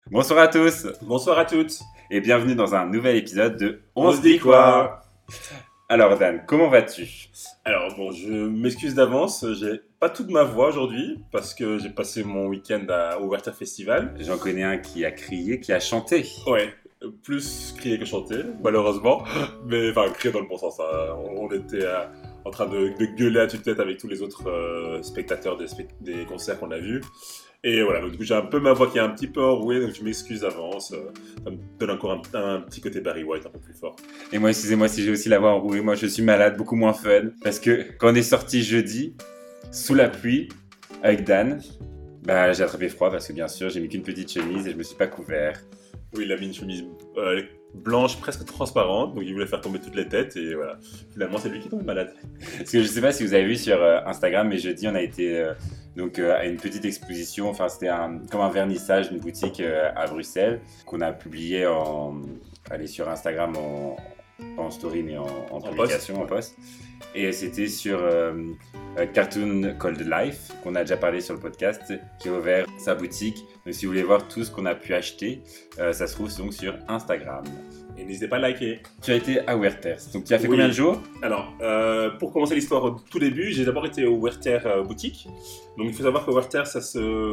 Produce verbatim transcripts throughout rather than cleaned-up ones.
Bonsoir à tous. Bonsoir à toutes. Et bienvenue dans un nouvel épisode de On, On se dit quoi? Alors Dan, comment vas-tu? Alors bon, je m'excuse d'avance, j'ai pas toute ma voix aujourd'hui parce que j'ai passé mon week-end à, au Werther Festival. J'en connais un qui a crié, qui a chanté. Ouais, plus crier que chanter, malheureusement. Mais enfin, crier dans le bon sens. Hein. On, on était euh, en train de, de gueuler à tue-tête avec tous les autres euh, spectateurs des, spe- des concerts qu'on a vus. Et voilà, donc du coup j'ai un peu ma voix qui est un petit peu enrouée, donc je m'excuse d'avance. Ça me donne encore un, un petit côté Barry White un peu plus fort. Et moi, excusez-moi si j'ai aussi la voix enrouée, moi je suis malade, beaucoup moins fun. Parce que quand on est sorti jeudi, sous la pluie, avec Dan, bah, j'ai attrapé froid parce que bien sûr j'ai mis qu'une petite chemise et je me suis pas couvert. Oui, il a mis une chemise euh, blanche presque transparente, donc il voulait faire tomber toutes les têtes et voilà. Finalement c'est lui qui tombe malade. Parce que je sais pas si vous avez vu sur euh, Instagram, mais jeudi on a été euh, donc euh, à une petite exposition, enfin c'était un, comme un vernissage d'une boutique euh, à Bruxelles qu'on a publié en, allez, sur Instagram en, pas en story mais en, en, en publication, post. en post. Et c'était sur euh, Cartoon Called Life, qu'on a déjà parlé sur le podcast, qui a ouvert sa boutique. Donc si vous voulez voir tout ce qu'on a pu acheter, euh, ça se trouve donc sur Instagram. Et n'hésitez pas à liker. Tu as été à Werther, donc tu as fait oui. combien de jours? Alors, euh, pour commencer l'histoire au tout début, j'ai d'abord été au Werther euh, boutique. Donc il faut savoir que Werther, ça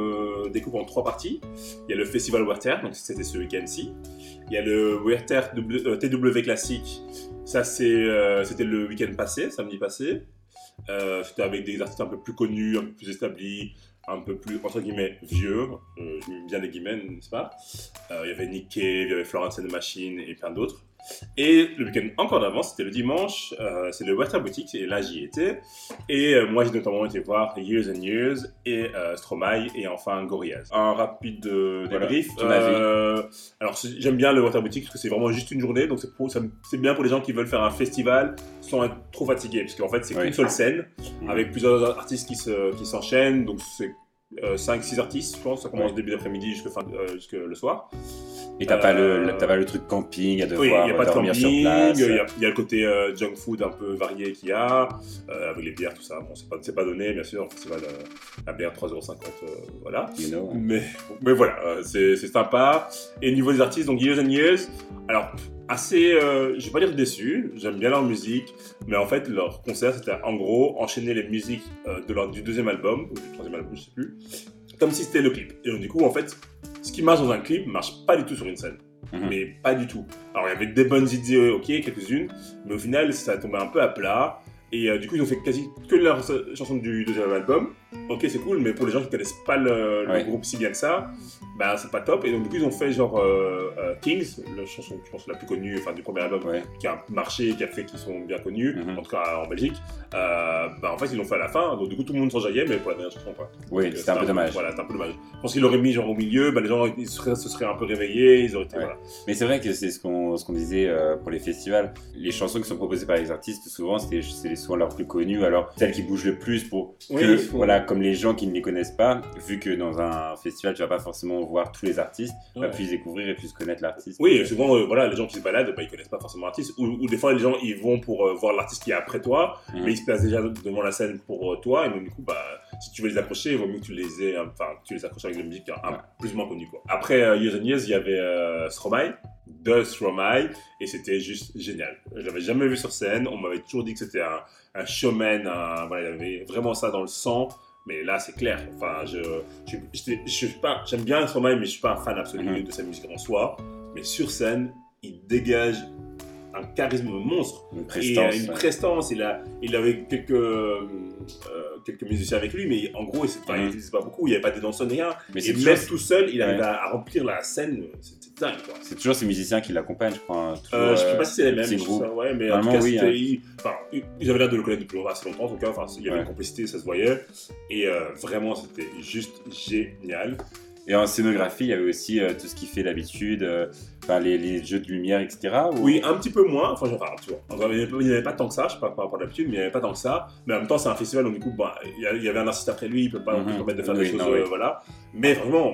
se découpe en trois parties. Il y a le festival Werther, donc c'était ce week-end-ci. Il y a le Werther T W classique. Ça, c'est, euh, c'était le week-end passé, samedi passé. Euh, c'était avec des artistes un peu plus connus, un peu plus établis, un peu plus, entre guillemets, vieux. Euh, je mets bien des guillemets, n'est-ce pas? euh, Il y avait Nick Cave, il y avait Florence and the Machine et plein d'autres. Et le week-end encore d'avant, c'était le dimanche, euh, c'est le Werther Boutique, et là j'y étais. Et euh, moi j'ai notamment été voir Years and Years et euh, Stromae et enfin Gorillaz. Un rapide euh, débrief. Voilà, euh, alors j'aime bien le Werther Boutique parce que c'est vraiment juste une journée, donc c'est, pour, ça, c'est bien pour les gens qui veulent faire un festival sans être trop fatigués, parce qu'en fait c'est oui. qu'une seule scène mmh. avec plusieurs artistes qui, se, qui s'enchaînent, donc c'est Euh, cinq six artistes, je pense, ça commence ouais. début d'après-midi jusqu'à fin, euh, jusque le soir. Et t'as, euh, pas le, le, t'as pas le truc camping à devoir oui, y a pas dormir de camping, sur place. Il y a, y a le côté euh, junk food un peu varié qu'il y a, euh, avec les bières, tout ça. Bon, c'est pas, c'est pas donné, bien sûr, festival, euh, la bière trois euros cinquante, euh, voilà. You know, hein. mais, mais voilà, euh, c'est, c'est sympa. Et au niveau des artistes, donc Years and Years, alors assez, euh, je vais pas dire déçu, j'aime bien leur musique, mais en fait leur concert c'était en gros enchaîner les musiques euh, de leur, du deuxième album, ou du troisième album, je sais plus, comme si c'était le clip. Et donc du coup en fait, ce qui marche dans un clip marche pas du tout sur une scène. Mmh. Mais pas du tout. Alors il y avait des bonnes idées, ok, quelques-unes, mais au final ça tombait un peu à plat. Et euh, du coup, ils ont fait quasi que leurs chansons du deuxième album. Ok, c'est cool, mais pour les gens qui connaissent pas le, le ouais. groupe si bien que ça, bah c'est pas top. Et donc du coup, ils ont fait genre euh, euh, Kings, la chanson, je pense la plus connue, enfin du premier album, ouais. qui a marché, qui a fait qu'ils sont bien connus, mm-hmm. en tout cas en Belgique. Euh, bah en fait, ils l'ont fait à la fin. Donc du coup, tout le monde s'enjaillait, mais pour la dernière chanson, quoi. Oui, donc, c'était un peu un, dommage. Voilà, c'était un peu dommage. Je pense qu'ils l'auraient mis genre au milieu, bah les gens ils seraient, se seraient un peu réveillés, ils auraient été, ouais. voilà. Mais c'est vrai que c'est ce qu'on, ce qu'on disait euh, pour les festivals. Les chansons qui sont proposées par les artistes, souvent, c'était, c'est souvent leurs plus connues. Alors celles qui bougent le plus pour oui, que, faut... voilà, comme les gens qui ne les connaissent pas, vu que dans un festival tu vas pas forcément voir tous les artistes, ouais. bah, puissent découvrir et puissent connaître l'artiste. Oui, souvent euh, voilà, les gens qui se baladent, bah, ils connaissent pas forcément l'artiste, ou, ou des fois les gens ils vont pour euh, voir l'artiste qui est après toi, mmh. mais ils se placent déjà devant la scène pour euh, toi, et donc du coup bah si tu veux les accrocher, il vaut mieux que tu les aies, enfin tu les accroches avec de la musique un, ouais. plus ou moins connue quoi. Après euh, Years and Years, il y avait euh, Stromae, de Stromae, et c'était juste génial. Je l'avais jamais vu sur scène, on m'avait toujours dit que c'était un, un showman, un, voilà, il y avait vraiment ça dans le sang. Mais là, c'est clair. Enfin, je, je, je, je suis pas, j'aime bien Stromae, mais je suis pas un fan absolu mm-hmm. de sa musique en soi. Mais sur scène, il dégage un charisme monstre, une prestance. Et, euh, une prestance. Il a, il avait quelques, euh, quelques musiciens avec lui, mais en gros, il ne mm-hmm. utilisait pas beaucoup. Il n'y avait pas de danseurs, rien. Mais et même tout seul, il arrive ouais. à, à remplir la scène. C'était dingue, quoi. C'est toujours ces musiciens qui l'accompagnent, je crois. Toujours, euh, je ne sais pas si c'est les mêmes. Ça, ouais, mais en tout cas, oui, hein. ils, enfin, ils avaient l'air de le connaître depuis assez longtemps. En tout cas, enfin, il y avait ouais. une complicité, ça se voyait. Et euh, vraiment, c'était juste génial. Et en scénographie, il y avait aussi euh, tout ce qu'il fait d'habitude, euh, les, les jeux de lumière, et cetera. Ou... Oui, un petit peu moins. Enfin, genre, tu vois. Enfin, il n'y avait pas tant que ça, je sais pas par rapport à d'habitude, mais il n'y avait pas tant que ça. Mais en même temps, c'est un festival, donc du coup, bah, il y avait un artiste après lui, il ne peut pas mm-hmm. se permettre de faire oui, des choses, non, euh, oui. voilà. Mais vraiment,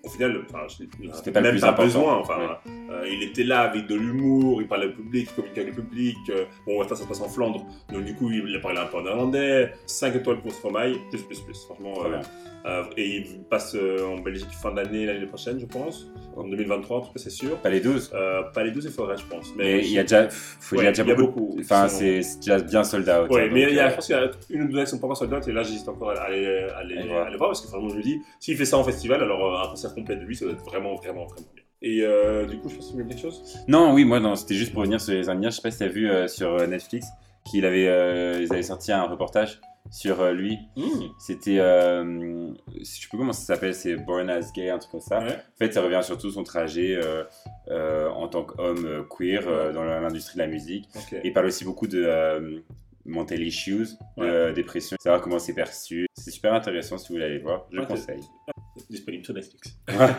au final, enfin, je C'était pas le même plus pas important. besoin. Enfin, Ouais. euh, il était là avec de l'humour, il parlait au public, il communiquait avec le public. euh, bon, ça, ça se passe en Flandre, donc du coup, il, il a parlé un peu en néerlandais. cinq étoiles pour Stromae, plus, plus, plus. Franchement, Très euh, bien. euh, et il passe euh, en Belgique fin d'année, l'année prochaine, je pense. En deux mille vingt-trois, en tout cas, c'est sûr. Pas les douze. Euh, pas les douze, il faudrait, je pense. Mais il y a déjà, faut, il y Ouais, a déjà il y a beaucoup. beaucoup de- Enfin, qui sont- c'est c'est déjà bien sold out. Ouais, hein, mais donc, il y a, euh, je pense qu'il y a une ou deux dates qui sont pas encore sold out, et là j'hésite encore à aller, à aller, Allez à voir. aller voir, parce que franchement je me dis, s'il fait ça en festival, alors euh, un concert complet de lui, ça doit être vraiment, vraiment, vraiment bien. Et euh, du coup, je pense que tu veux dire quelque chose. Non, oui, moi, non, c'était juste pour revenir sur les Indiens. Je sais pas si t'as vu euh, sur euh, Netflix qu'ils avaient, euh, ils avaient sorti un reportage sur euh, lui. Mmh. C'était, euh, je sais plus comment ça s'appelle, c'est Born as Gay, un truc comme ça. Ouais. En fait, ça revient sur tout son trajet euh, euh, en tant qu'homme euh, queer euh, dans l'industrie de la musique. Ok. Et il parle aussi beaucoup de euh, mental issues, de Ouais. euh, dépression, savoir comment c'est perçu. C'est super intéressant si vous voulez aller voir, je Ok. conseille. Disponible sur Netflix.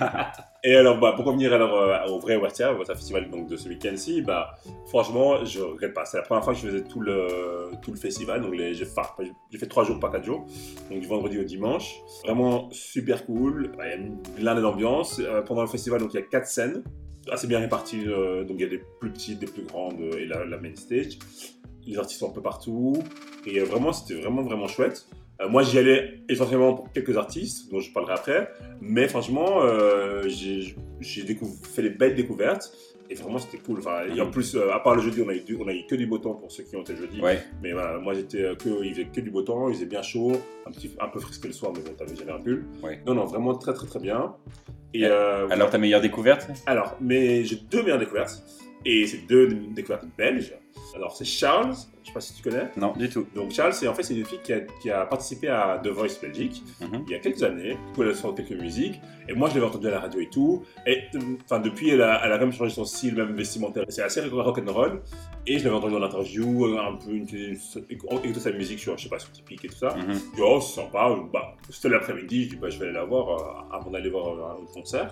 Et alors, bah, pour revenir alors euh, au vrai Wartia, au Wartia Festival donc, de ce week-end-ci, bah, franchement, je regrette pas. C'est la première fois que je faisais tout le, tout le festival. Donc, les, j'ai, enfin, j'ai fait trois jours, pas quatre jours. Donc, du vendredi au dimanche. Vraiment super cool. Bah, il y a une blinde d'ambiance. Euh, pendant le festival, donc, il y a quatre scènes, assez bien réparties. Euh, donc, il y a des plus petites, des plus grandes euh, et la, la main stage. Les artistes sont un peu partout. Et euh, vraiment, c'était vraiment, vraiment chouette. Euh, moi, j'y allais essentiellement pour quelques artistes, dont je parlerai après. Mais franchement, euh, j'ai, j'ai décou- fait des belles découvertes. Et vraiment, c'était cool. Enfin, et en plus, euh, à part le jeudi, on a, eu, du- on a eu que du beau temps pour ceux qui ont été le jeudi. Ouais. Mais voilà, moi, j'étais euh, que, il faisait que du beau temps, il faisait bien chaud, un, petit, un peu frisqué le soir, mais bon, t'avais jamais un pull. Ouais. Non, non, vraiment très, très, très bien. Et, Et euh, Alors, ta meilleure découverte? alors, mais j'ai deux meilleures découvertes. Et c'est deux découvertes belges. Alors, c'est Charles, je sais pas si tu connais. Non, du tout. Donc Charles, c'est en fait c'est une fille qui a, qui a participé à The Voice Belgique Mhm. il y a quelques années. Du coup, elle a sorti quelques musiques. Et moi, je l'avais entendue à la radio et tout. Et enfin, depuis, elle a, elle a quand même changé son style, même vestimentaire. C'est assez rock'n'roll. Et je l'avais entendue dans l'interview, un peu une, une, écouter sa musique sur, je sais pas, sur Typique et tout ça. Mhm. Je dis, oh, c'est sympa. Bah, c'était l'après-midi. Je dis, bah, je vais aller la voir euh, avant d'aller voir euh, un concert.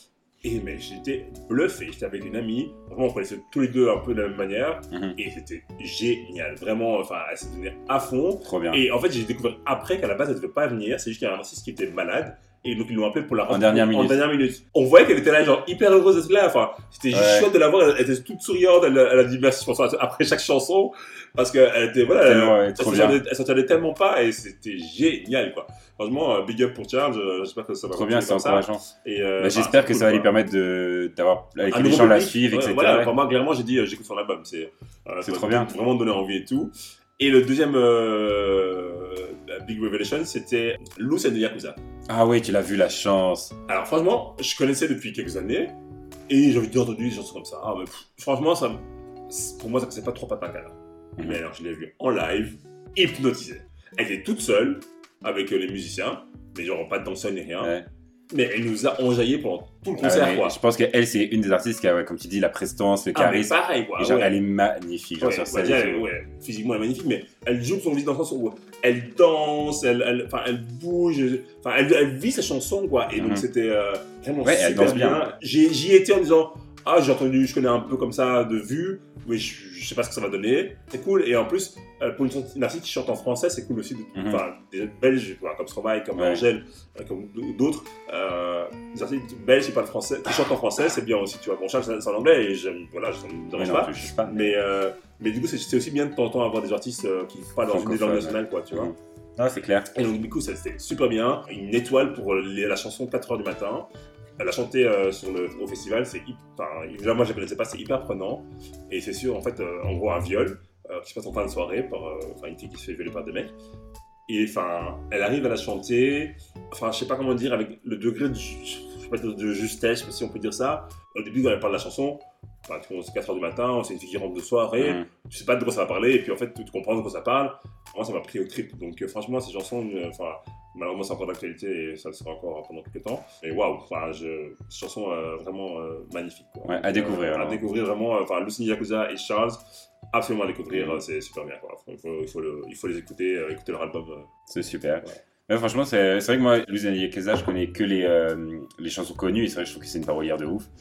Et mais j'étais bluffé, j'étais avec une amie, vraiment on connaissait tous les deux un peu de la même manière, Mhm. et c'était génial, vraiment, enfin elle s'est donnée à fond. Trop bien. Et en fait j'ai découvert après qu'à la base elle devait pas venir, c'est juste qu'il y a un artiste qui était malade, et donc ils l'ont appelé pour la En dernière minute. En dernière minute. On voyait qu'elle était là genre hyper heureuse d'être là, enfin c'était Ouais. chouette de la voir, elle, elle était toute souriante, elle, elle a dit merci pour ça après chaque chanson, parce qu'elle était, voilà, Tellement, ouais, elle, trop elle bien. s'entendait- elle s'entendait tellement pas, et c'était génial quoi. Franchement, euh, big up pour Charles, euh, j'espère que ça va Trop bien, c'est continuer comme ça. encourageant. Et, euh, Bah, enfin, J'espère c'est que cool, ça va lui quoi. permettre de, d'avoir, avec Un les nouveau gens la public, suivent, ouais, et cetera. Voilà, Ouais. pour moi, clairement, j'ai dit euh, j'écoute son album. C'est, euh, C'est ça trop m'a bien. vraiment donné envie et tout. Et le deuxième euh, Big Revelation, c'était Loose and the Yakuza. Ah oui, tu l'as vu, la chance. Alors, franchement, je connaissais depuis quelques années et j'avais déjà entendu des chansons comme ça. Ah, mais, pff, franchement, ça, me- pour moi, ça ne passait pas trop à là. Mhm. Mais alors, je l'ai vu en live, hypnotisée. Elle était toute seule avec euh, les musiciens, mais genre pas de danseur ni rien. Ouais. Mais elle nous a enjaillé pendant tout le Ah, concert, mais quoi. je pense qu'elle, c'est une des artistes qui a, ouais, comme tu dis, la prestance, le Ah, mais charisme. pareil, quoi. Et genre, ouais. elle est magnifique, genre Ouais, sur ouais, scène. déjà, et tout. ouais, physiquement elle est magnifique, mais elle joue son musique dans le sens où elle danse, elle, elle, enfin, elle bouge, enfin, elle, elle vit sa chanson, quoi. Et Mhm. donc c'était euh, vraiment Ouais, elle super danse bien. bien. J'ai, j'y étais en disant, ah, j'ai entendu, je connais un peu comme ça de vue, mais je, je sais pas ce que ça va donner. C'est cool. Et en plus, euh, pour une, une artiste qui chante en français, c'est cool aussi. De, Mhm. Enfin, des belges, quoi, comme Stromae, comme Ouais. Angèle, euh, comme d'autres. Euh, des artistes belges qui parlent français, qui chantent en français, c'est bien aussi, tu vois. Bon, Charles, c'est c'est en anglais et j'aime, voilà, ça me Oui, dérange non, pas. tu juges pas. Mais, euh, mais du coup, c'est, c'est aussi bien de temps en temps avoir des artistes euh, qui parlent dans une des langues Francophone, nationales, quoi, tu vois. Mhm. Ah, c'est clair. Et donc, du coup, ça, c'était super bien. Une étoile pour les- la chanson quatre heures du matin. Elle a chanté euh, sur le, au festival. C'est hyp- enfin, déjà, moi, je ne connaissais pas, c'est hyper prenant. Et c'est sûr, en fait, euh, en gros, un viol euh, qui se passe en fin de soirée par euh, enfin, une fille qui se fait violer par des mecs. Et enfin, elle arrive à la chanter. Enfin, je sais pas comment dire, avec le degré de, ju- je sais pas, de, de justesse, je sais pas si on peut dire ça. Au début, quand elle parle de la chanson, enfin, tu vois, c'est quatre heures du matin, c'est une fille qui rentre de soirée. Mhm. Tu sais pas de quoi ça va parler, et puis en fait, tu comprends de quoi ça parle. Moi, ça m'a pris au trip. Donc, euh, franchement, ces chansons, euh, enfin, malheureusement, c'est encore d'actualité et ça le sera encore pendant quelques temps. Mais waouh, enfin, je... ces chansons euh, vraiment euh, magnifiques. Quoi. Ouais, à découvrir, Euh, à alors. découvrir vraiment. Enfin, Lucini Yakuza et Charles, absolument à découvrir. Mhm. euh, C'est super bien. Quoi. Il, faut, il, faut le- il faut les écouter, euh, écouter leur album. euh. C'est super. Ouais. Mais franchement, c'est, c'est vrai que moi, Luz and Yakuza, je connais que les, euh, les chansons connues. Et c'est vrai que je trouve que c'est une parolière de ouf.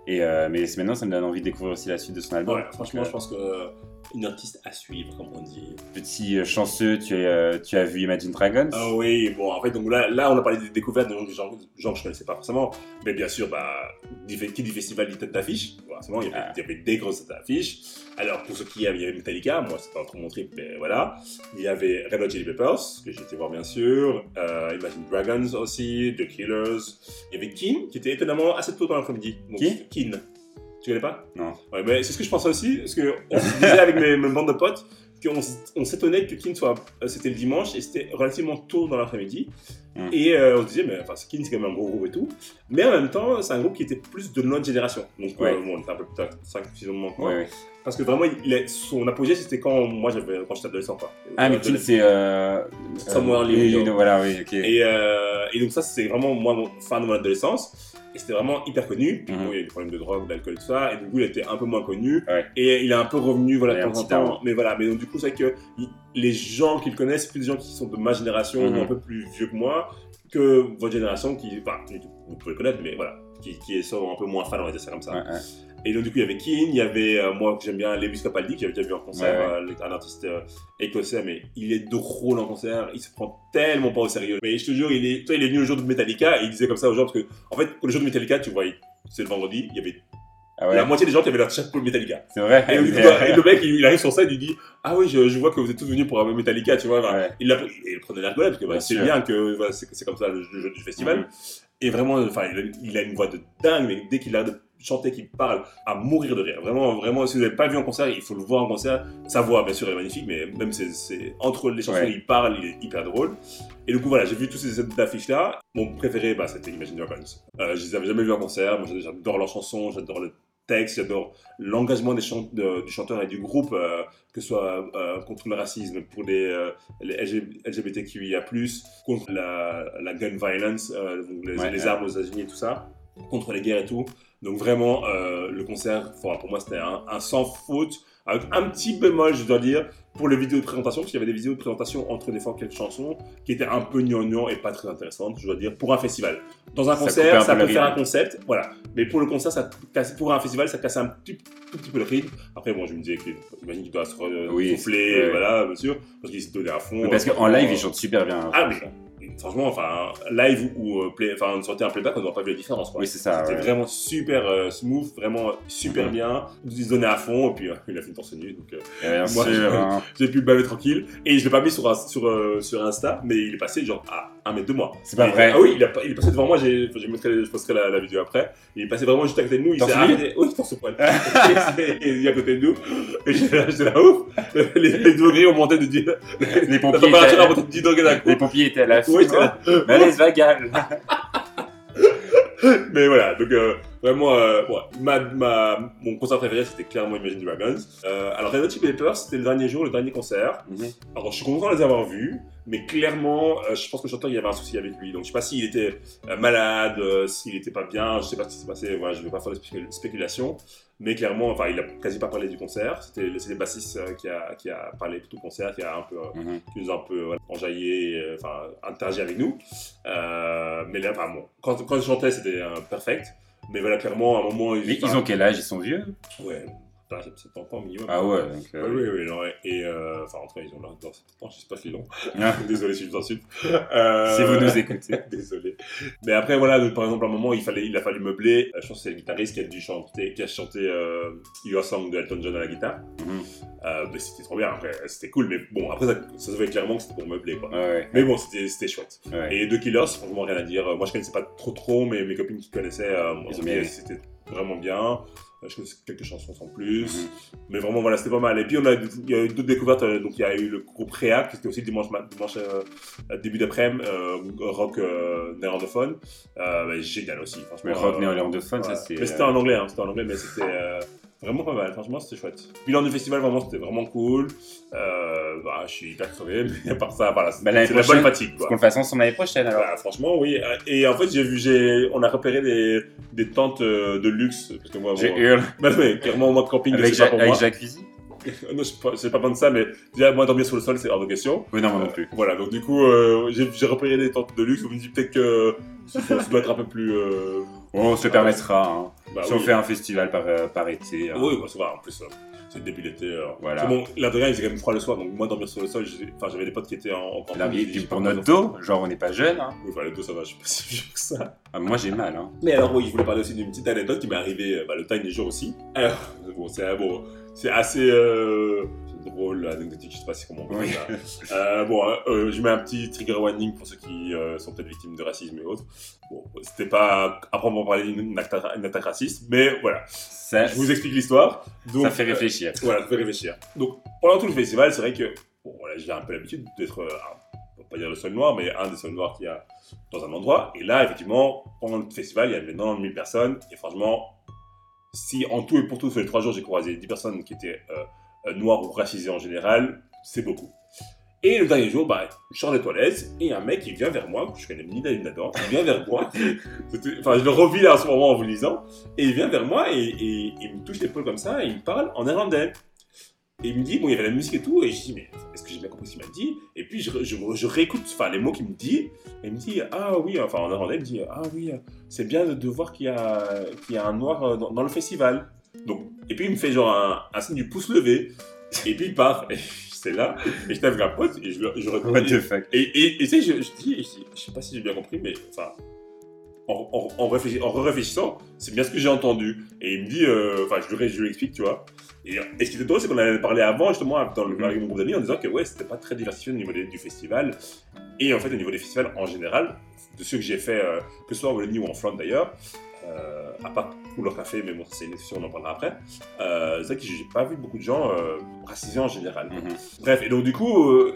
Et, euh, mais maintenant, ça me donne envie de découvrir aussi la suite de son album. Ouais, franchement, Donc, je pense que une artiste à suivre, comme on dit. Petit euh, chanceux, tu, es, euh, tu as vu Imagine Dragons? Ah oui, bon, en fait, donc là, là on a parlé des découvertes de gens, gens que je connaissais pas forcément. Mais bien sûr, bah, qui dit festival dit tête d'affiche. Forcément, il y, avait, ah. il y avait des grosses têtes d'affiche. Alors, pour ceux qui aiment, il y avait Metallica. Moi, c'était pas trop mon trip, mais voilà. Il y avait Red Hot Chili Peppers, que j'ai été voir bien sûr. Euh, Imagine Dragons aussi, The Killers. Il y avait Keane, qui était étonnamment assez tôt dans l'après-midi. Donc, qui Keane. Tu connais pas? Non. Ouais, mais c'est ce que je pensais aussi, parce qu'on se disait avec mes, mes bandes de potes qu'on on s'étonnait que Keane soit. C'était le dimanche et c'était relativement tôt dans l'après-midi. Mm. Et euh, on se disait, mais enfin, Keane c'est quand même un gros groupe et tout. Mais en même temps, c'est un groupe qui était plus de notre génération. Donc, ouais. euh, bon, on était un peu plus tard, cinq six ans de moins que moi. Ouais, ouais. Parce que vraiment, il est, son apogée, c'était quand moi j'avais, quand j'étais adolescent. Quoi. Ah, mais Keane, c'est. Euh, Somewhere euh, oui, voilà, oui, ok. Et, euh, et donc, ça, c'est vraiment moi, mon fan de mon adolescence. Et c'était vraiment hyper connu. Puis mm-hmm. bon, il y a eu des problèmes de drogue, d'alcool et tout ça. Et du coup, il était un peu moins connu. Ouais. Et il est un peu revenu, voilà, de temps en temps. Mais voilà, mais donc du coup, c'est que il, les gens qui le connaissent, c'est plus des gens qui sont de ma génération, mm-hmm. ou un peu plus vieux que moi, que votre génération qui, enfin, vous pouvez le connaître, mais voilà, qui, qui sont un peu moins fans, on va dire ça comme ça. Ouais, ouais. Et donc du coup, il y avait Keane, il y avait, euh, moi que j'aime bien, Lewis Capaldi, que j'avais déjà vu en concert, ouais, ouais. Euh, un artiste euh, écossais, mais il est drôle en concert, il se prend tellement pas au sérieux. Mais je te jure, il est, toi, il est venu le jour de Metallica, et il disait comme ça aux gens, parce que, en fait, le jour de Metallica, tu vois, c'est le vendredi, il y avait ah ouais. la moitié des gens qui avaient leur chapeau de Metallica. C'est vrai. Et, coup, et le mec, il, il arrive sur scène, il dit, ah oui, je, je vois que vous êtes tous venus pour avoir Metallica, tu vois. Ouais. Il, a, il prenait la rigolade, parce que bah, c'est bien que voilà, c'est, c'est comme ça le, le jeu du festival. Mm-hmm. Et vraiment, enfin, il, il a une voix de dingue, mais dès qu'il a de chanter, qu'il parle, à mourir de rire. Vraiment, vraiment, si vous n'avez pas vu en concert, il faut le voir en concert. Sa voix, bien sûr, est magnifique, mais même c'est, c'est entre les chansons, ouais. il parle, il est hyper drôle. Et du coup, voilà, j'ai vu tous ces affiches-là. Mon préféré, bah, c'était Imagine Dragons. Euh, je les avais jamais vus en concert. Moi, j'adore leurs chansons, j'adore le texte, j'adore l'engagement des chant- de, du chanteur et du groupe, euh, que ce soit euh, contre le racisme, pour les, euh, les L G B T Q I A plus, contre la, la gun violence, euh, donc les, ouais, les ouais. armes aux États-Unis et tout ça, contre les guerres et tout. Donc vraiment, euh, le concert, enfin, pour moi, c'était un, un sans faute, avec un petit bémol, je dois dire, pour les vidéos de présentation, parce qu'il y avait des vidéos de présentation entre des fois quelques chansons qui étaient un peu gnangnan et pas très intéressantes, je dois dire, pour un festival. Dans un concert, ça, ça peut faire un concept, voilà. Mais pour le concert, ça casse, pour un festival, ça casse un petit, tout petit peu le rythme. Après, bon, je me disais que, j'imagine qu'il doit se re- oui, souffler, ouais. voilà, bien sûr, parce qu'il s'est donné à fond. Mais parce qu'en live, il chante super bien. Ah, mais franchement, enfin, live ou euh, play, enfin, sortir un playback, on n'aura pas vu la différence. Quoi. Oui, c'est ça. C'était ouais. vraiment super euh, smooth, vraiment super mm-hmm. bien. Il se donnait à fond, et puis euh, il a fini torse nu. Donc, euh, bien moi, sûr, j'ai, hein. j'ai pu le baver tranquille. Et je l'ai pas mis sur, sur, euh, sur Insta, mais il est passé genre à un mètre de moi. C'est pas et, vrai. Ah oui, il, a, il est passé devant moi. J'ai, je, mettrai, je posterai la, la vidéo après. Il est passé vraiment juste à côté de nous. Il T'en s'est arrêté. Oui, torse poil. Il est à côté de nous. Et j'étais là, j'étais là ouf. Les, les degrés ont monté de dix. Les pompiers. Étaient... a monté de dix degrés d'un coup. Les pompiers étaient à la fin. Oui, c'est là. Malaise vagal. Mais voilà, donc euh, vraiment, euh, ouais, ma, ma, mon concert préféré c'était clairement Imagine Dragons. Euh, alors Red Hot Chili Peppers, c'était le dernier jour, le dernier concert. Mm-hmm. Alors je suis content de les avoir vus, mais clairement, euh, je pense que le chanteur il y avait un souci avec lui. Donc je sais pas s'il était euh, malade, euh, s'il était pas bien, je sais pas ce qui s'est passé. Voilà, je vais pas faire de spécul- spéculation, mais clairement, enfin, il a quasi pas parlé du concert. C'était c'est le bassiste euh, qui a qui a parlé tout le concert, qui a un peu, euh, mm-hmm. qui nous a un peu voilà, enjaillé, euh, enfin interagi avec nous. Euh, mais là, enfin bon, quand quand je chantais, c'était euh, perfect. Mais voilà, clairement, à un moment... Mais ils ont quel âge? Ils sont vieux? Ouais, enfin, j'ai sept ans au minimum. Ah ouais, donc... Euh... Oui, oui, oui, non, et... Euh, enfin, en tout cas, ils ont leur dans sept ans, je sais pas si long. Désolé si je vous insulte. Euh... Si vous nous écoutez. Désolé. Mais après, voilà, donc, par exemple, à un moment, il, fallait, il a fallu meubler. Je pense que c'est le guitariste qui a dû chanter, qui a chanté euh, Your Song de Elton John à la guitare. Mm-hmm. Euh, mais c'était trop bien, après, c'était cool. Mais bon, après, ça, ça se voyait clairement que c'était pour meubler, quoi. Ouais, mais bon, c'était, c'était chouette. Ouais. Et The Killers, franchement, rien à dire. Moi, je connaissais pas trop trop, mais mes copines qui connaissaient, euh, ils ont dit c'était vraiment bien. Je connais quelques chansons sans plus. Mm-hmm. Mais vraiment, voilà, c'était pas mal. Et puis, on a, il y a eu d'autres découvertes. Donc, il y a eu le groupe Réac, qui était aussi dimanche, dimanche euh, début d'après-midi, euh, rock euh, néerlandophone. Euh, bah, génial aussi, franchement. Mais rock euh, néerlandophone, voilà. ça c'est. Mais c'était en anglais, hein, c'était en anglais, mais c'était. Euh, Vraiment pas mal, franchement c'était chouette. Bilan du festival, vraiment c'était vraiment cool. Euh, bah, je suis hyper crevé, mais à part ça, voilà, c'est, bah, c'est la bonne fatigue. Quoi. Qu'on le fasse ensemble l'année prochaine alors. Bah, franchement, oui. Et en fait, j'ai vu, j'ai, on a repéré des, des tentes de luxe. Parce que moi, j'ai moi, hurle. Bah, mais clairement, moi, camping, avec, c'est pas ja- pour avec moi. Jacques Visi. non, je ne sais pas prendre ça, mais déjà, moi, dormir sur le sol, c'est hors de question. Oui, non, moi non plus. Euh, voilà, donc du coup, euh, j'ai, j'ai repéré des tentes de luxe. Vous me dites peut-être que ça, ça doit être un peu plus. Euh... Bon, on se ah, permettra. Hein. Bah, si oui. on fait un festival par, euh, par été. Hein. Oui, bah, ça va, en plus. Euh... C'est le début d'été. Euh. Voilà. C'est bon, l'Adrien, il faisait quand même froid le soir, donc moi, dormir sur le sol, enfin, j'avais des potes qui étaient en, en camping. Là, et puis pour notre dos, genre on n'est pas jeune. Hein. Oui, enfin, le dos, ça va, je suis pas si vieux que ça. Ah, moi j'ai mal. Hein. Mais alors, oui, je voulais parler aussi d'une petite anecdote qui m'est arrivée bah, le dernier jour aussi. Alors, bon, c'est, bon, c'est assez euh, c'est drôle, anecdotique, je sais pas si comment on peut dire oui. ça. euh, bon, euh, je mets un petit trigger warning pour ceux qui euh, sont peut-être victimes de racisme et autres. Bon, c'était pas à proprement parler d'une attaque, une attaque raciste, mais voilà. Ça, je vous explique l'histoire. Donc, ça fait réfléchir. Euh, voilà, ça fait réfléchir. Donc, pendant tout le festival, c'est vrai que, bon, voilà, j'ai un peu l'habitude d'être, euh, on va pas dire le seul noir, mais un des seuls noirs qu'il y a dans un endroit. Et là, effectivement, pendant le festival, il y avait quatre-vingt-dix mille personnes. Et franchement, si en tout et pour tout, sur les trois jours, j'ai croisé dix personnes qui étaient euh, euh, noires ou racisées en général, c'est beaucoup. Et le dernier jour, bah, je sors des toilettes et un mec, il vient vers moi, je connais ni d'aller là-dedans, il vient vers moi, enfin, je le revis là en ce moment en vous le lisant, et il vient vers moi et, et, et il me touche l'épaule comme ça et il me parle en néerlandais. Et il me dit, bon, il y avait la musique et tout, et je dis, mais est-ce que j'ai bien compris ce qu'il m'a dit? Et puis je, je, je réécoute enfin, les mots qu'il me dit, et il me dit, ah oui, enfin en néerlandais, il me dit, ah oui, c'est bien de, de voir qu'il y, a, qu'il y a un noir dans, dans le festival. Donc, et puis il me fait genre un, un signe du pouce levé, et puis il part. Et c'est là, et je t'avais un pote, et je, je réponds. What the fuck? Et, et, et tu sais, je, je dis, je, je sais pas si j'ai bien compris, mais enfin. En, en, en, réfléchi- en réfléchissant, c'est bien ce que j'ai entendu. Et il me dit, enfin, euh, je, je lui explique, tu vois. Et, et ce qui était drôle, c'est qu'on avait parlé avant, justement, dans le, avec mon groupe d'amis, en disant que ouais, c'était pas très diversifié au niveau des, du festival. Et en fait, au niveau des festivals en général, de ceux que j'ai fait, euh, que ce soit en Wallonie ou en Flandre d'ailleurs, euh, à part Couleur Café, mais bon, c'est une exception, on en parlera après. Euh, c'est vrai que j'ai pas vu beaucoup de gens euh, racisés en général. Mm-hmm. Bref, et donc du coup, euh,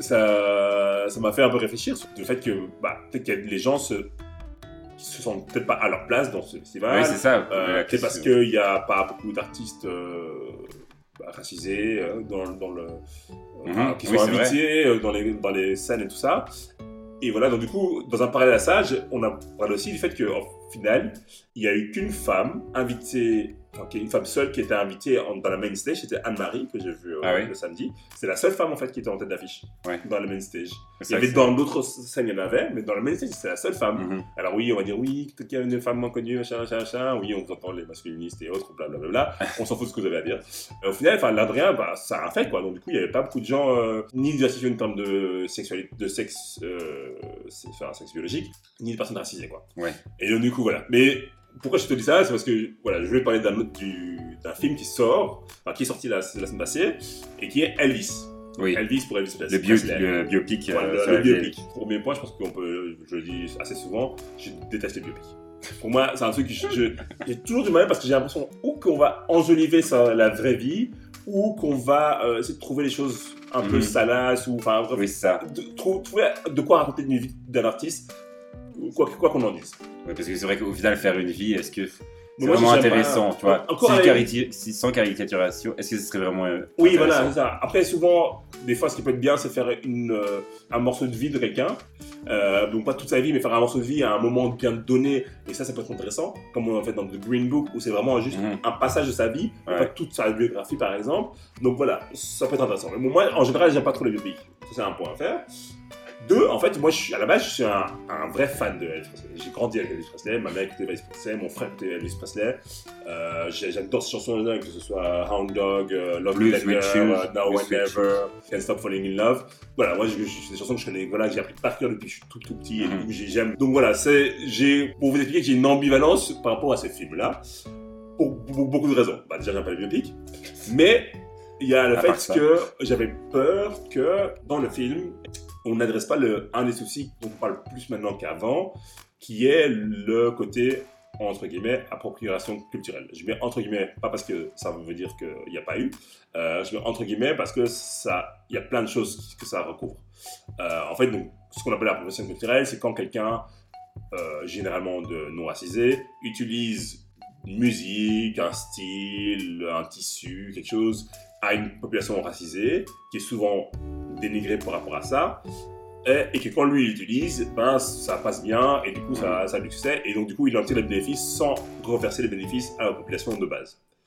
ça, ça m'a fait un peu réfléchir sur le fait que bah, peut-être que les gens se qui se sentent peut-être pas à leur place dans ce festival. Oui, c'est ça. Euh, c'est parce qu'il n'y a pas beaucoup d'artistes euh, bah, racisés euh, dans, dans le, mm-hmm. enfin, qui sont oui, invités euh, dans, les, dans les scènes et tout ça. Et voilà, donc du coup, dans un parallèle à ça, on a parlé aussi du fait qu'au final, il n'y a eu qu'une femme invitée, enfin, une femme seule qui était invitée en, dans la main stage, c'était Anne-Marie, que j'ai vue euh, ah oui. le samedi. C'est la seule femme en fait qui était en tête d'affiche ouais. dans la main stage. Il y avait dans d'autres scènes, il y en avait, mais dans la main stage, c'était la seule femme. Mm-hmm. Alors oui, on va dire oui, peut-être qu'il y a une femme moins connue, machin, machin, machin. Oui, on vous entend les masculinistes et autres, blablabla. On s'en fout de ce que vous avez à dire. Et au final, enfin, l'Adrien, bah, ça a fait quoi. Donc du coup, il n'y avait pas beaucoup de gens, euh, ni diversifiés en termes de sexualité, de sexe, euh, enfin, sexe biologique, ni de personnes racisées quoi. Ouais. Et donc du coup, voilà. Mais pourquoi je te dis ça? C'est parce que voilà, je voulais parler d'un, du, d'un film qui sort, enfin, qui est sorti la, la semaine passée, et qui est Elvis. Oui. Elvis pour Elvis Presley. Le, bio, le biopic. Voilà, euh, le, le biopic. Premier point, je pense qu'on peut, je le dis assez souvent, je déteste les biopics. Pour moi, c'est un truc que je, je, j'ai toujours du mal parce que j'ai l'impression ou qu'on va enjoliver sa, la vraie vie, ou qu'on va euh, essayer de trouver les choses un mmh. peu salaces, ou enfin, bref, oui, ça. De, de, trouver de quoi raconter une vie d'un artiste, quoi, quoi qu'on en dise. Oui, parce que c'est vrai qu'au final, faire une vie, est-ce que c'est moi, vraiment intéressant, pas... tu vois. Encore si avec... cariti... si, sans caricaturation, est-ce que ce serait vraiment euh, oui, voilà, c'est ça. Après, souvent, des fois, ce qui peut être bien, c'est faire une, euh, un morceau de vie de quelqu'un. Euh, donc, pas toute sa vie, mais faire un morceau de vie à un moment bien donné. Et ça, ça peut être intéressant. Comme on a fait dans The Green Book, où c'est vraiment juste mmh. un passage de sa vie, ouais. pas toute sa biographie, par exemple. Donc, voilà, ça peut être intéressant. Mais bon, moi, en général, j'aime pas trop les biopics. Ça, c'est un point à faire. Deux, en fait, moi, je suis, à la base, je suis un, un vrai fan de Elvis Presley. J'ai grandi avec Elvis Presley, ma mère écoutait Elvis Presley, mon frère écoutait Elvis Presley. Euh, j'adore ces chansons-là, que ce soit Hound Dog, uh, Love Me Tender, uh, Now or Never, Can't Stop Falling in Love. Voilà, moi, c'est des chansons que je connais, voilà, que j'ai appris par cœur depuis que je suis tout, tout petit, et mm-hmm. et j'aime. Donc voilà, c'est, j'ai, pour vous expliquer que j'ai une ambivalence par rapport à ces films-là, pour, pour beaucoup de raisons. Bah, déjà, j'aime pas les biopics, mais il y a le à fait que j'avais peur que, dans le film, on n'adresse pas le, un des soucis dont on parle plus maintenant qu'avant, qui est le côté, entre guillemets, appropriation culturelle. Je mets entre guillemets, pas parce que ça veut dire qu'il n'y a pas eu, euh, je mets entre guillemets parce que ça, il y a plein de choses que ça recouvre. Euh, en fait, donc, ce qu'on appelle l'appropriation culturelle, c'est quand quelqu'un, euh, généralement de non racisé, utilise une musique, un style, un tissu, quelque chose, à une population racisée, qui est souvent dénigrée par rapport à ça, et, et que quand lui il l'utilise, ben, ça passe bien, et du coup ça, ça a du succès, et donc du coup il en tire les bénéfices sans reverser les bénéfices à la population de base.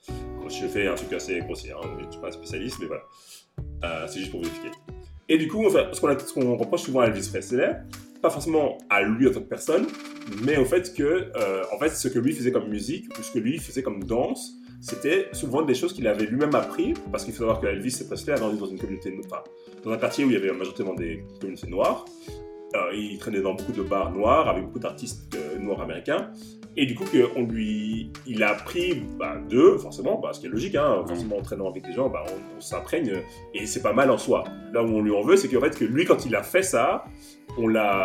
je fais un truc assez grossier, hein, je ne suis pas un spécialiste, mais voilà. Euh, c'est juste pour vous expliquer. Et du coup, enfin, ce qu'on, a, ce qu'on reproche souvent à Elvis Presley, pas forcément à lui en tant que personne, mais au fait que, euh, en fait, ce que lui faisait comme musique, ou ce que lui faisait comme danse, c'était souvent des choses qu'il avait lui-même appris, parce qu'il faut savoir que Elvis Presley a grandi dans une communauté, enfin, dans un quartier où il y avait majoritairement des communautés noires. Euh, il traînait dans beaucoup de bars noirs, avec beaucoup d'artistes euh, noirs américains. Et du coup, on lui, il a appris bah, d'eux, forcément, bah, ce qui est logique, hein, forcément en traînant avec des gens, bah, on, on s'imprègne, et c'est pas mal en soi. Là où on lui en veut, c'est qu'en fait, que lui, quand il a fait ça, on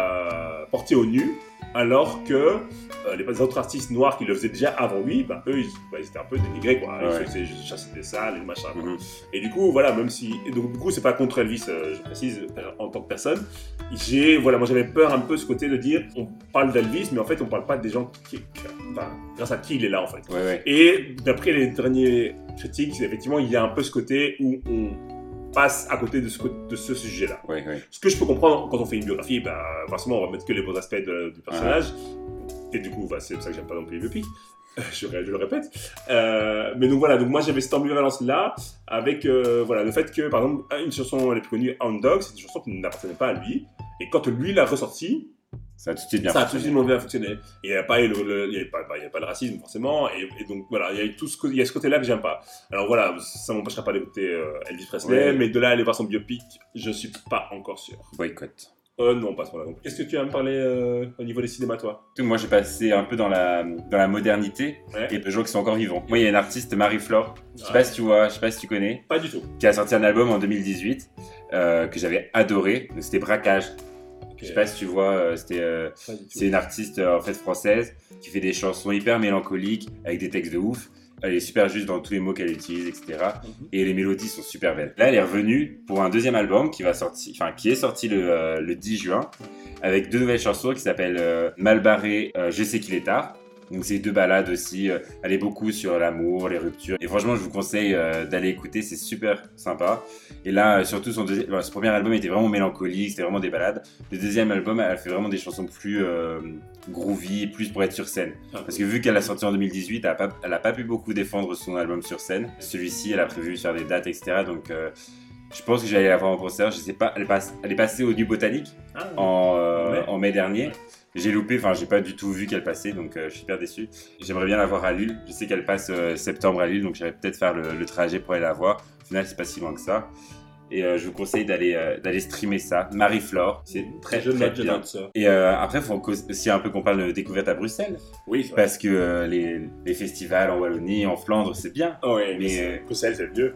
l'a porté au nu, alors que euh, les autres artistes noirs qui le faisaient déjà avant lui, bah, eux, ils, bah, ils étaient un peu dénigrés, quoi. Ils Ouais. faisaient chasser des salles et machin. Mm-hmm. Et du coup, voilà, même si... Et donc, du coup, c'est pas contre Elvis, euh, je précise, en tant que personne. J'ai... Voilà, moi, j'avais peur un peu ce côté de dire, on parle d'Elvis, mais en fait, on parle pas des gens qui... Enfin, grâce à qui il est là, en fait. Ouais, ouais. Et d'après les derniers critiques, effectivement, il y a un peu ce côté où on passe à côté de ce, de ce sujet-là. Ouais, ouais. Ce que je peux comprendre quand on fait une biographie, bah, forcément, on va mettre que les bons aspects de, du personnage. Ah. Et du coup, bah, c'est pour ça que j'aime pas non plus les biopics. Je, je le répète. Euh, mais donc voilà, donc moi j'avais cette ambivalence-là avec euh, voilà, le fait que, par exemple, une chanson la plus connue, Hound Dog, c'est une chanson qui n'appartenait pas à lui. Et quand lui l'a ressortie, ça a tout de suite bien ça a tout de suite bien fonctionné. Et il n'y a pas, le, le, il y a pas, il y a pas le racisme, forcément. Et, et donc voilà, il y a, tout ce, il y a ce côté-là que j'aime pas. Alors voilà, ça ne m'empêchera pas d'écouter euh, Elvis Presley, ouais. Mais de là à aller voir son biopic, je ne suis pas encore sûr. Boycott. Euh, non, pas trop là. Donc, qu'est-ce que tu as à me parler euh, au niveau des cinémas, toi ? Moi, j'ai passé un peu dans la, dans la modernité, ouais. Et des gens qui sont encore vivants. Moi, il y a une artiste, Marie-Flore, je sais ouais. pas si tu vois, je sais pas si tu connais. Pas du tout. Qui a sorti un album en deux mille dix-huit euh, que j'avais adoré. Donc, c'était Braquage. Okay. Je sais pas si tu vois, euh, c'était, euh, c'est une artiste euh, en fait française qui fait des chansons hyper mélancoliques avec des textes de ouf. Elle est super juste dans tous les mots qu'elle utilise, et cetera. Mm-hmm. Et les mélodies sont super belles. Là, elle est revenue pour un deuxième album qui va sortir, enfin qui est sorti le, euh, le dix juin, avec deux nouvelles chansons qui s'appellent euh, Malbarré, euh, Je sais qu'il est tard. Donc c'est deux ballades aussi. Euh, elle est beaucoup sur l'amour, les ruptures. Et franchement, je vous conseille euh, d'aller écouter, c'est super sympa. Et là, surtout son, deuxi- enfin, son premier album était vraiment mélancolique, c'était vraiment des ballades. Le deuxième album, elle fait vraiment des chansons plus euh, groovy, plus pour être sur scène. Parce que vu qu'elle l'a sorti en deux mille dix-huit, elle a pas, elle a pas pu beaucoup défendre son album sur scène. Celui-ci, elle a prévu faire des dates, et cetera. Donc euh, je pense que j'allais la voir en concert. Je sais pas, elle, passe, elle est passée au New Botanique ah, en, euh, ouais. en mai dernier. J'ai loupé, enfin j'ai pas du tout vu qu'elle passait, donc euh, je suis hyper déçu. J'aimerais bien la voir à Lille, je sais qu'elle passe euh, septembre à Lille, donc j'irai peut-être faire le, le trajet pour aller la voir. Au final, c'est pas si loin que ça. Et euh, je vous conseille d'aller, euh, d'aller streamer ça. Marie-Flore, c'est très, très, très bien. Ça. Et euh, après, il faut aussi un peu qu'on parle de découverte à Bruxelles. Oui, c'est vrai. Parce que euh, les, les festivals en Wallonie, en Flandre, c'est bien. Oh oui, mais euh, Bruxelles, c'est mieux.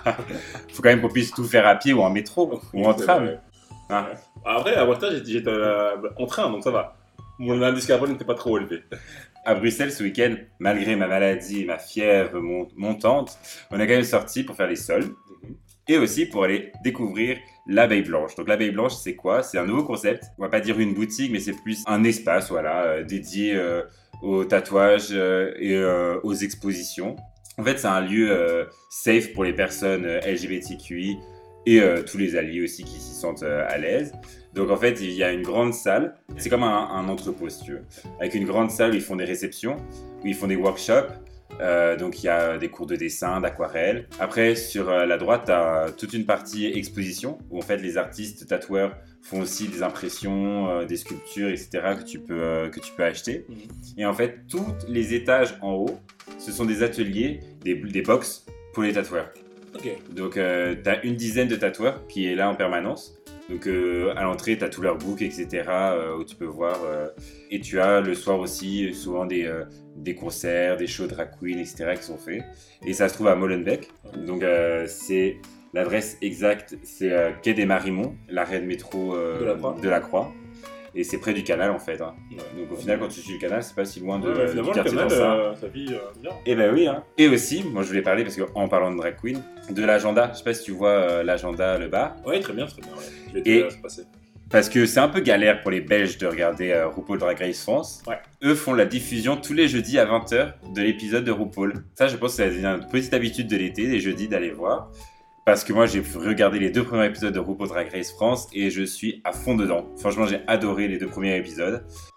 Il faut quand même qu'on puisse tout faire à pied ou en métro, oh, ou en tram. Ah. Après, à Bruxelles, j'étais euh, en train, donc ça va. Mon indice carbone n'était pas trop élevé. À Bruxelles, ce week-end, malgré ma maladie et ma fièvre montante, on a quand même sorti pour faire les sols mm-hmm. et aussi pour aller découvrir l'Abeille Blanche. Donc l'Abeille Blanche, c'est quoi ? C'est un nouveau concept. On va pas dire une boutique, mais c'est plus un espace, voilà, euh, dédié euh, aux tatouages euh, et euh, aux expositions. En fait, c'est un lieu euh, safe pour les personnes euh, L G B T Q I et euh, tous les alliés aussi qui s'y sentent euh, à l'aise. Donc en fait, il y a une grande salle, c'est comme un, un entrepôt si tu veux, avec une grande salle où ils font des réceptions, où ils font des workshops, euh, donc il y a des cours de dessin, d'aquarelle. Après, sur euh, la droite, tu as toute une partie exposition, où en fait les artistes tatoueurs font aussi des impressions, euh, des sculptures, et cetera que tu peux, euh, que tu peux acheter. Et en fait, tous les étages en haut, ce sont des ateliers, des, des box pour les tatoueurs. Okay. Donc euh, tu as une dizaine de tatoueurs qui est là en permanence. Donc euh, à l'entrée, tu as tout leur book, et cetera euh, où tu peux voir. Euh, et tu as le soir aussi souvent des, euh, des concerts, des shows drag queen, et cetera qui sont faits. Et ça se trouve à Molenbeek. Donc euh, c'est l'adresse exacte, c'est euh, quai des Marimont, l'arrêt de métro euh, de, la Croix. de la Croix. Et c'est près du canal en fait. Hein. Ouais. Donc au final, quand tu suis le canal, c'est pas si loin de, ouais, euh, du quartier canal, d'Ansa. Euh, ça vit euh, bien. Et ben oui. Hein. Et aussi, moi je voulais parler parce qu'en parlant de drag queen, de l'agenda. Je sais pas si tu vois euh, l'agenda, le bar. Oui, très bien, très bien. Ouais. Je vais te laisser passer. Parce que c'est un peu galère pour les Belges de regarder euh, RuPaul Drag Race France. Ouais. Eux font la diffusion tous les jeudis à vingt heures de l'épisode de RuPaul. Ça, je pense que ça devient une petite habitude de l'été, les jeudis, d'aller voir. Parce que moi, j'ai regardé les deux premiers épisodes de RuPaul Drag Race France et je suis à fond dedans. Franchement, j'ai adoré les deux premiers épisodes.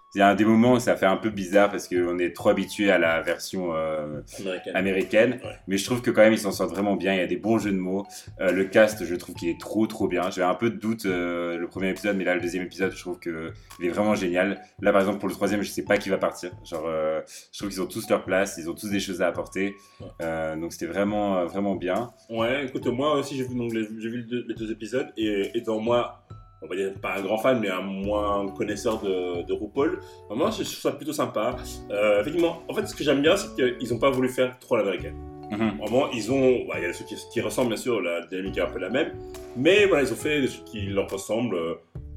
Il y a des moments où ça fait un peu bizarre parce qu'on est trop habitué à la version euh, Américaine. américaine. Ouais. Mais je trouve que quand même, ils s'en sortent vraiment bien. Il y a des bons jeux de mots. Euh, le cast, je trouve qu'il est trop, trop bien. J'avais un peu de doute euh, le premier épisode, mais là, le deuxième épisode, je trouve qu'il est vraiment génial. Là, par exemple, pour le troisième, je sais pas qui va partir. Genre, euh, je trouve qu'ils ont tous leur place. Ils ont tous des choses à apporter. Ouais. Euh, donc, c'était vraiment, vraiment bien. Ouais, écoute, moi aussi, j'ai vu, donc, les, j'ai vu les deux, les deux épisodes. Et étant moi, on va dire pas un grand fan, mais un moins connaisseur de, de RuPaul, moi, je trouve ça plutôt sympa. Euh, effectivement, en fait, ce que j'aime bien, c'est qu'ils n'ont pas voulu faire trop l'américaine. Mm-hmm. Vraiment, ils ont. Bah, il y a ceux qui, qui ressemblent, bien sûr, la dynamique est un peu la même. Mais voilà, ils ont fait des trucs qui leur ressemblent. Euh,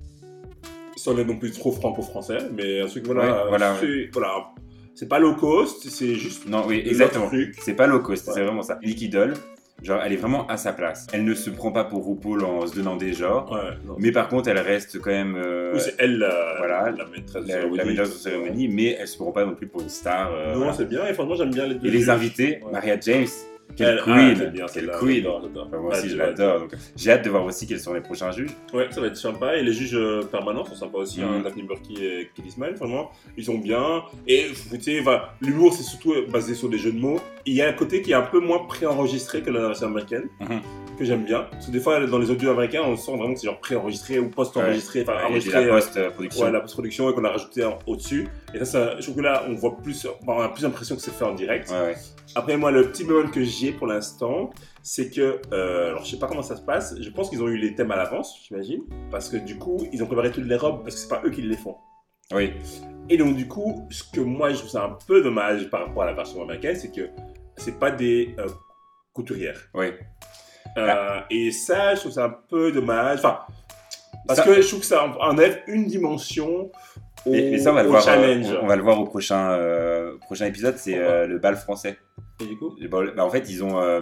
sans être non plus trop franco-français. Mais un truc, voilà. Ouais, voilà, c'est, ouais. voilà. C'est pas low cost, c'est juste. Non, oui, exactement. Truc. C'est pas low cost, Ouais. c'est vraiment ça. Nicky Doll, genre, elle est vraiment à sa place. Elle ne se prend pas pour RuPaul en se donnant des genres. Ouais, non. Mais par contre, elle reste quand même euh, Oui, c'est elle la, voilà, la maîtresse de la, cérémonie. la maîtresse de cérémonie, mais elle se prend pas non plus pour une star. euh, Non, voilà. c'est bien, et franchement, j'aime bien les deux. Et les juges. invités, Ouais. Maria James, quelle Elle- ah, queen, c'est bien, quelle celle-là, queen. j'adore, j'adore. Enfin, moi Ah, aussi, je je l'adore. Donc, j'ai hâte de voir aussi quels sont les prochains juges. Ouais, ça va être sympa. Et les juges euh, permanents sont sympas aussi. Mhm. Hein, Daphne Burki et Kelly Smile, vraiment. Ils sont bien. Et vous savez, voilà, l'humour, c'est surtout basé sur des jeux de mots. Il y a un côté qui est un peu moins préenregistré que la version américaine, Mhm. que j'aime bien. Parce que des fois, dans les audios américains, on sent vraiment que c'est genre préenregistré ou post-enregistré. Enfin, Ouais, il y a de enregistré. la euh, post-production. Ouais, la post-production et qu'on a rajouté en- au-dessus. Et ça, ça, je trouve que là, on voit plus, on a plus l'impression que c'est fait en direct. Ouais, ouais. Après, moi, le petit bémol que j'ai pour l'instant, c'est que, euh, alors je sais pas comment ça se passe, je pense qu'ils ont eu les thèmes à l'avance, j'imagine, parce que du coup, ils ont préparé toutes les robes, parce que c'est pas eux qui les font. Oui. Et donc, du coup, ce que moi, je trouve ça un peu dommage par rapport à la version américaine, c'est que c'est pas des euh, couturières. Oui. Euh, et ça, je trouve ça un peu dommage. Enfin, parce Ça- que je trouve que ça enlève une dimension au, Mais, mais ça, on va, le au voir, challenge. euh, on, on va le voir au prochain, euh, prochain épisode, c'est euh, le bal français. Et du coup Le bal- bah, en fait, ils ont, euh,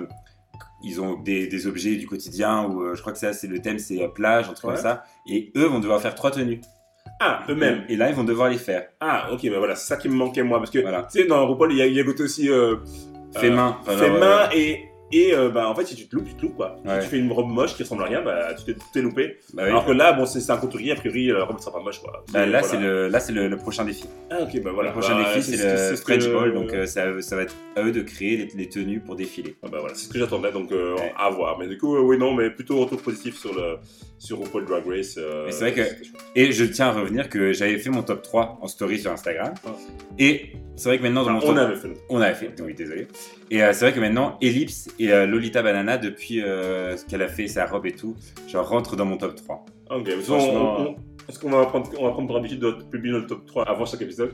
ils ont des, des objets du quotidien, où euh, je crois que ça, c'est le thème, c'est euh, plage, un truc Ouais. comme ça. Et eux vont devoir faire trois tenues. Ah, eux-mêmes. Et là, ils vont devoir les faire. Ah, ok, bah voilà, c'est ça qui me manquait moi. Parce que, Voilà. tu sais, dans RuPaul, il y a, il y a côté aussi. Euh, Fait euh, main. Enfin, fait genre, main euh, et. Et euh, bah, en fait, si tu te loupes, tu te loupes quoi. Ouais. Si tu fais une robe moche qui ressemble à rien, bah, tu t'es, tu t'es loupé. bah oui. Alors que là, bon, c'est, c'est un couturier, a priori, la robe ne sera pas moche quoi. Bah, là, Voilà. c'est le, là, c'est le, le prochain défi. Ah, ok, bah voilà. le prochain Bah, défi, c'est, ce- le ce French que- Ball, donc euh, ça, ça va être à eux de créer les, les tenues pour défiler. Ah, bah voilà, c'est ce que j'attendais, donc euh, Ouais. à voir. Mais du coup, euh, oui, non, mais plutôt retour positif sur, le, sur RuPaul Drag Race. euh, Mais c'est vrai que- c'était chouette. Et je tiens à revenir que j'avais fait mon top trois en story sur Instagram. Ah. Et c'est vrai que maintenant, dans Enfin, mon on top... avait fait le. On avait fait, oui, désolé. Et euh, c'est vrai que maintenant, Ellipse et euh, Lolita Banana, depuis euh, ce qu'elle a fait, sa robe et tout, genre rentre dans mon top trois. Ok, mais Franchement, on- on- est-ce qu'on va prendre, on va prendre pour habitude de publier notre top trois avant chaque épisode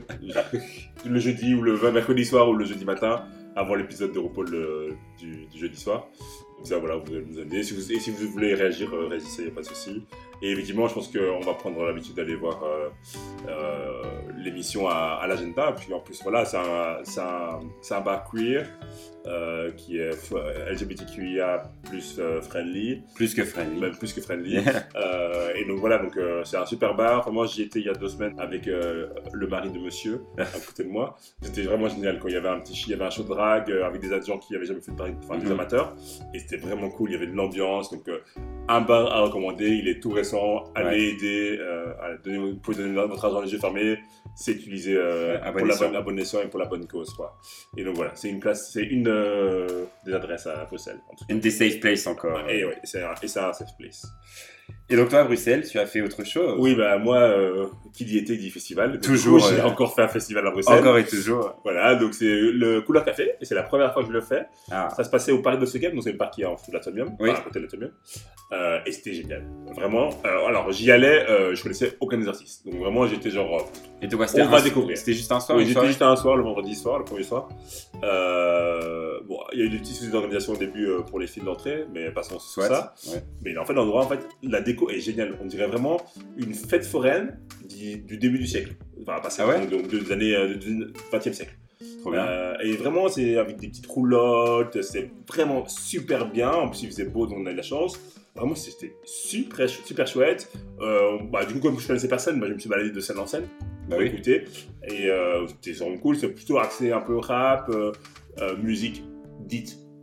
le jeudi ou le mercredi soir ou le jeudi matin, avant l'épisode de RuPaul le- du, du jeudi soir. Donc ça, voilà, vous allez nous aider. Si vous, et si vous voulez réagir, euh, réagissez, il n'y a pas de souci. Et effectivement, je pense qu'on va prendre l'habitude d'aller voir euh, euh, l'émission à, à l'agenda. Puis en plus, voilà, c'est un, c'est un, c'est un bar queer euh, qui est euh, L G B T Q I A plus euh, friendly, Plus que friendly. même plus que friendly. Euh, et donc voilà, donc euh, c'est un super bar. Enfin, moi, j'y étais il y a deux semaines avec euh, le mari de monsieur à côté de moi. C'était vraiment génial. Quand il y avait un petit, il y avait un show de drague euh, avec des gens qui avaient jamais fait de drague, enfin des Mhm. amateurs. Et c'était vraiment cool. Il y avait de l'ambiance. Donc euh, un bar à recommander. Il est tout récent. Allez Ouais. aider. Euh, à donner, vous pouvez donner votre argent les yeux fermés. C'est utilisé euh, À pour bon la escient. bonne, à bon escient et pour la bonne cause, quoi. Et donc voilà, c'est une place, c'est une euh, des adresses à Bruxelles. En tout cas. Une des safe places encore. Et ouais, c'est un, et c'est un safe place. Et donc toi, à Bruxelles, tu as fait autre chose. Oui, bah moi, euh, qui dit été dit festival. Donc, Toujours, du coup, j'ai euh, encore fait un festival à Bruxelles. Encore et toujours. Voilà, donc c'est le Couleur Café, et c'est la première fois que je le fais. Ah. Ça se passait au Parc de Sechem, donc c'est le parc qui est en dessous de l'Atomium, Oui. enfin, à côté de l'Atomium. Euh, et c'était génial. Vraiment. Euh, alors, j'y allais, euh, je connaissais aucun des artistes. Donc vraiment, j'étais genre. euh, Et donc, quoi, c'était On un va so- découvrir. C'était juste un soir. oui, une j'étais soirée juste un soir, le vendredi soir, le premier soir. Euh, bon, il y a eu des petits soucis d'organisation au début euh, pour les files d'entrée, mais passons sur Soit. ça. Ouais. Mais en fait, l'endroit, en fait, la déco est géniale. On dirait vraiment une fête foraine du, du début du siècle. Enfin, pas siècle, Ah ouais donc, donc des années euh, du vingtième siècle. Trop bien. Euh, et vraiment, c'est avec des petites roulottes, c'est vraiment super bien. En plus, il faisait beau, donc on a eu de la chance. Vraiment, c'était super, super chouette. Euh, bah, du coup, comme je connaissais personne, bah, je me suis baladé de scène en scène Bah pour oui. écouter. Et euh, c'était vraiment cool. C'est plutôt axé un peu rap, euh, euh, musique dite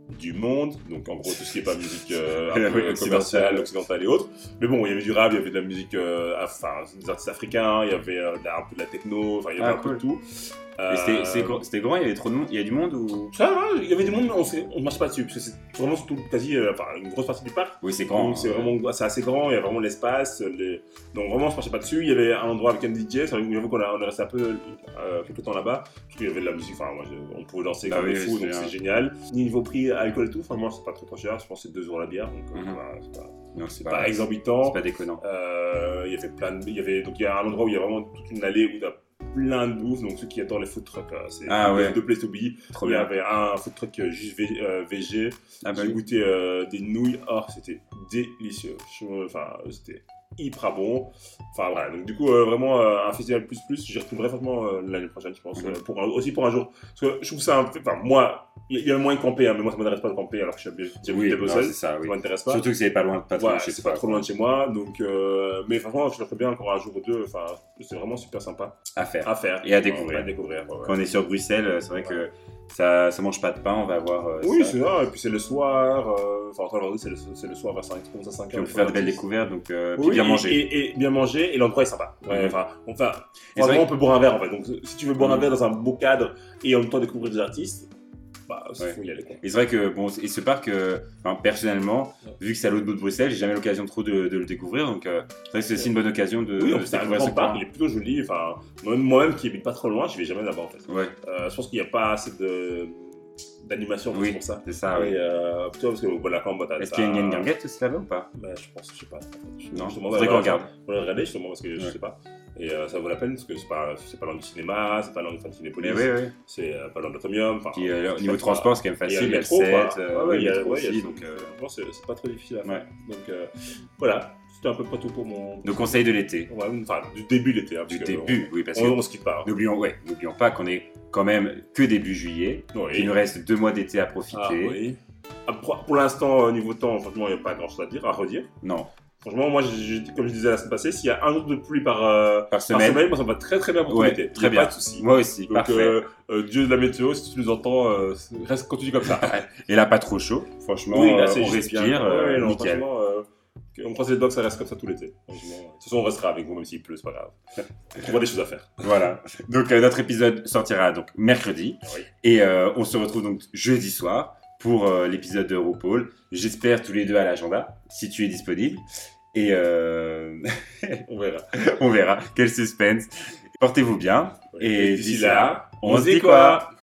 du monde, donc en gros tout ce qui est pas musique euh, un peu Oui, commerciale, occidentale et autres. Mais bon, il y avait du rap, il y avait de la musique, euh, enfin des artistes africains, il y avait euh, de la- un peu de la techno, enfin il y avait Ah, un peu cool. de tout. Mais c'était, Euh, c'est gr- c'était grand, il y avait trop de monde, il y a du monde ou... Ça va, il y avait du monde, mais on s'est- on ne marche pas dessus, parce que c'est vraiment tout, quasi, euh, enfin une grosse partie du parc. Oui, c'est grand. Donc c'est hein, vraiment, c'est assez grand, il y a vraiment l'espace, les... donc vraiment on se marchait pas dessus. Il y avait un endroit avec un D J, c'est vrai que qu'on a, on est resté un peu euh, quelques temps là-bas, parce qu'il y avait de la musique, enfin moi je- on pouvait danser Bah comme oui, des fous, c'est donc bien. c'est génial. Niveau prix, alcool et tout, franchement c'est pas trop trop cher, je pense que c'est deux euros la bière, donc euh, Mhm. voilà, c'est pas, Non, c'est c'est pas, pas exorbitant. c'est pas déconnant. Euh, il y avait plein de, il y avait donc il y a un endroit où il y a vraiment toute une allée où t'as plein de bouffe, donc ceux qui adorent les food trucks, là, c'est Ah ouais. de place to be. Trop Il y bien. avait un food truck euh, juste vé- euh, V G. Ah bah J'ai oui. goûté euh, des nouilles, oh c'était délicieux. Je- Enfin, c'était hyper bon. Enfin voilà, donc du coup euh, vraiment euh, un festival plus plus, j'y retournerai forcément euh, l'année prochaine, je pense, Mhm. euh, pour un- aussi pour un jour. Parce que je trouve ça, un peu- enfin moi, il y, y a moyen de camper, hein, mais moi ça m'intéresse pas de camper alors que je suis j'ai Oui, vu non, Bruxelles, c'est ça, oui. ça m'intéresse pas. Surtout que c'est pas loin, pas trop Voilà, loin de chez c'est toi, pas trop quoi. loin de chez moi, donc euh, mais franchement je le ferais bien encore un jour ou deux. Enfin, c'est vraiment super sympa À faire. à faire Et à découvrir. À découvrir. Ouais, ouais. Quand on est sur Bruxelles, c'est vrai que ça, ça mange pas de pain, on va avoir euh, Oui, ça. c'est ça, et puis c'est le soir, euh, enfin, entre aujourd'hui, c'est le, c'est le soir vers cinq heures, cinq Puis heures. on peut faire de belles découvertes, donc euh, puis Oui, bien et- manger. Et, et bien manger, et l'endroit est sympa. Ouais, Mhm. enfin, enfin, Et c'est vraiment, vrai on peut boire un verre en fait. Donc, si tu veux boire un Mhm. verre dans un beau cadre et en même temps découvrir des artistes, bah, il Ouais. faut y aller. Quoi. Et c'est vrai que, bon, et ce parc, euh, enfin, personnellement, Ouais. vu que c'est à l'autre bout de Bruxelles, j'ai jamais l'occasion trop de, de le découvrir, donc euh, c'est vrai que c'est aussi une bonne occasion de, Oui, de en fait, c'est un découvrir ce grand parc, coin. il est plutôt joli. Enfin, moi-même, moi-même qui habite pas trop loin, je vais jamais là-bas en fait. Ouais, Euh, je pense qu'il n'y a pas assez de d'animation oui, pour ça. c'est ça, oui. Et euh, plutôt parce que voilà, quand bah, t'as- Est-ce qu'il y a une, il y a une t'as- guinguette aussi là-bas ou pas? Bah, je pense, je sais pas. Je, Non, je demande faudrait à- qu'on regarde. On va regarder justement parce que je Ouais. sais pas. Et euh, ça vaut la peine parce que c'est pas, c'est pas loin du cinéma, c'est pas loin du fan Cinépolis, Mais oui, oui. c'est euh, pas loin de l'Atomium. Enfin, Puis euh, c'est niveau pas- transport, c'est quand même et il y a facile, il y a le métro, quoi. sept, euh, Ouais, ouais, oui, il y le a- métro ouais, il y a aussi, tout. donc... euh, Franchement, c'est c'est pas trop difficile à faire. Ouais. Donc euh, voilà, c'était un peu près tout pour mon. Nos conseils de l'été. Ouais, enfin, du début de l'été. Hein, Du parce que début, oui, parce On, que on, on se quitte pas. Hein. n'oublions, ouais, n'oublions pas qu'on est quand même que début juillet. Oui. Il nous reste deux mois d'été à profiter. Ah, oui. Ah, pour pour l'instant, euh, niveau temps, franchement, il n'y a pas grand chose à dire, à redire. Non, Franchement, moi, je- je- comme je disais la semaine passée, s'il y a un jour de pluie par, euh, par par semaine. semaine, moi, ça me va très très bien pour Ouais, tout l'été. très Il y a bien. Pas de souci. Moi aussi, Donc, parfait. euh, euh, Dieu de la météo, si tu nous entends, euh, reste, continue comme ça. Et là, pas trop chaud. Franchement, Oui, là, euh, c'est on juste respire, bien. euh, Ouais, non, nickel. franchement, euh, on croise les doigts que ça reste comme ça tout l'été. Franchement, De toute façon, on restera avec vous, même s'il pleut, c'est pas grave. On trouvera des choses à faire. Voilà. Donc euh, notre épisode sortira donc mercredi Oui. et euh, on se retrouve donc jeudi soir pour euh, l'épisode de RuPaul. J'espère tous les deux à l'agenda si tu es disponible et euh... On verra. on verra. Quel suspense. Portez-vous bien et, Et d'ici là, on se dit quoi?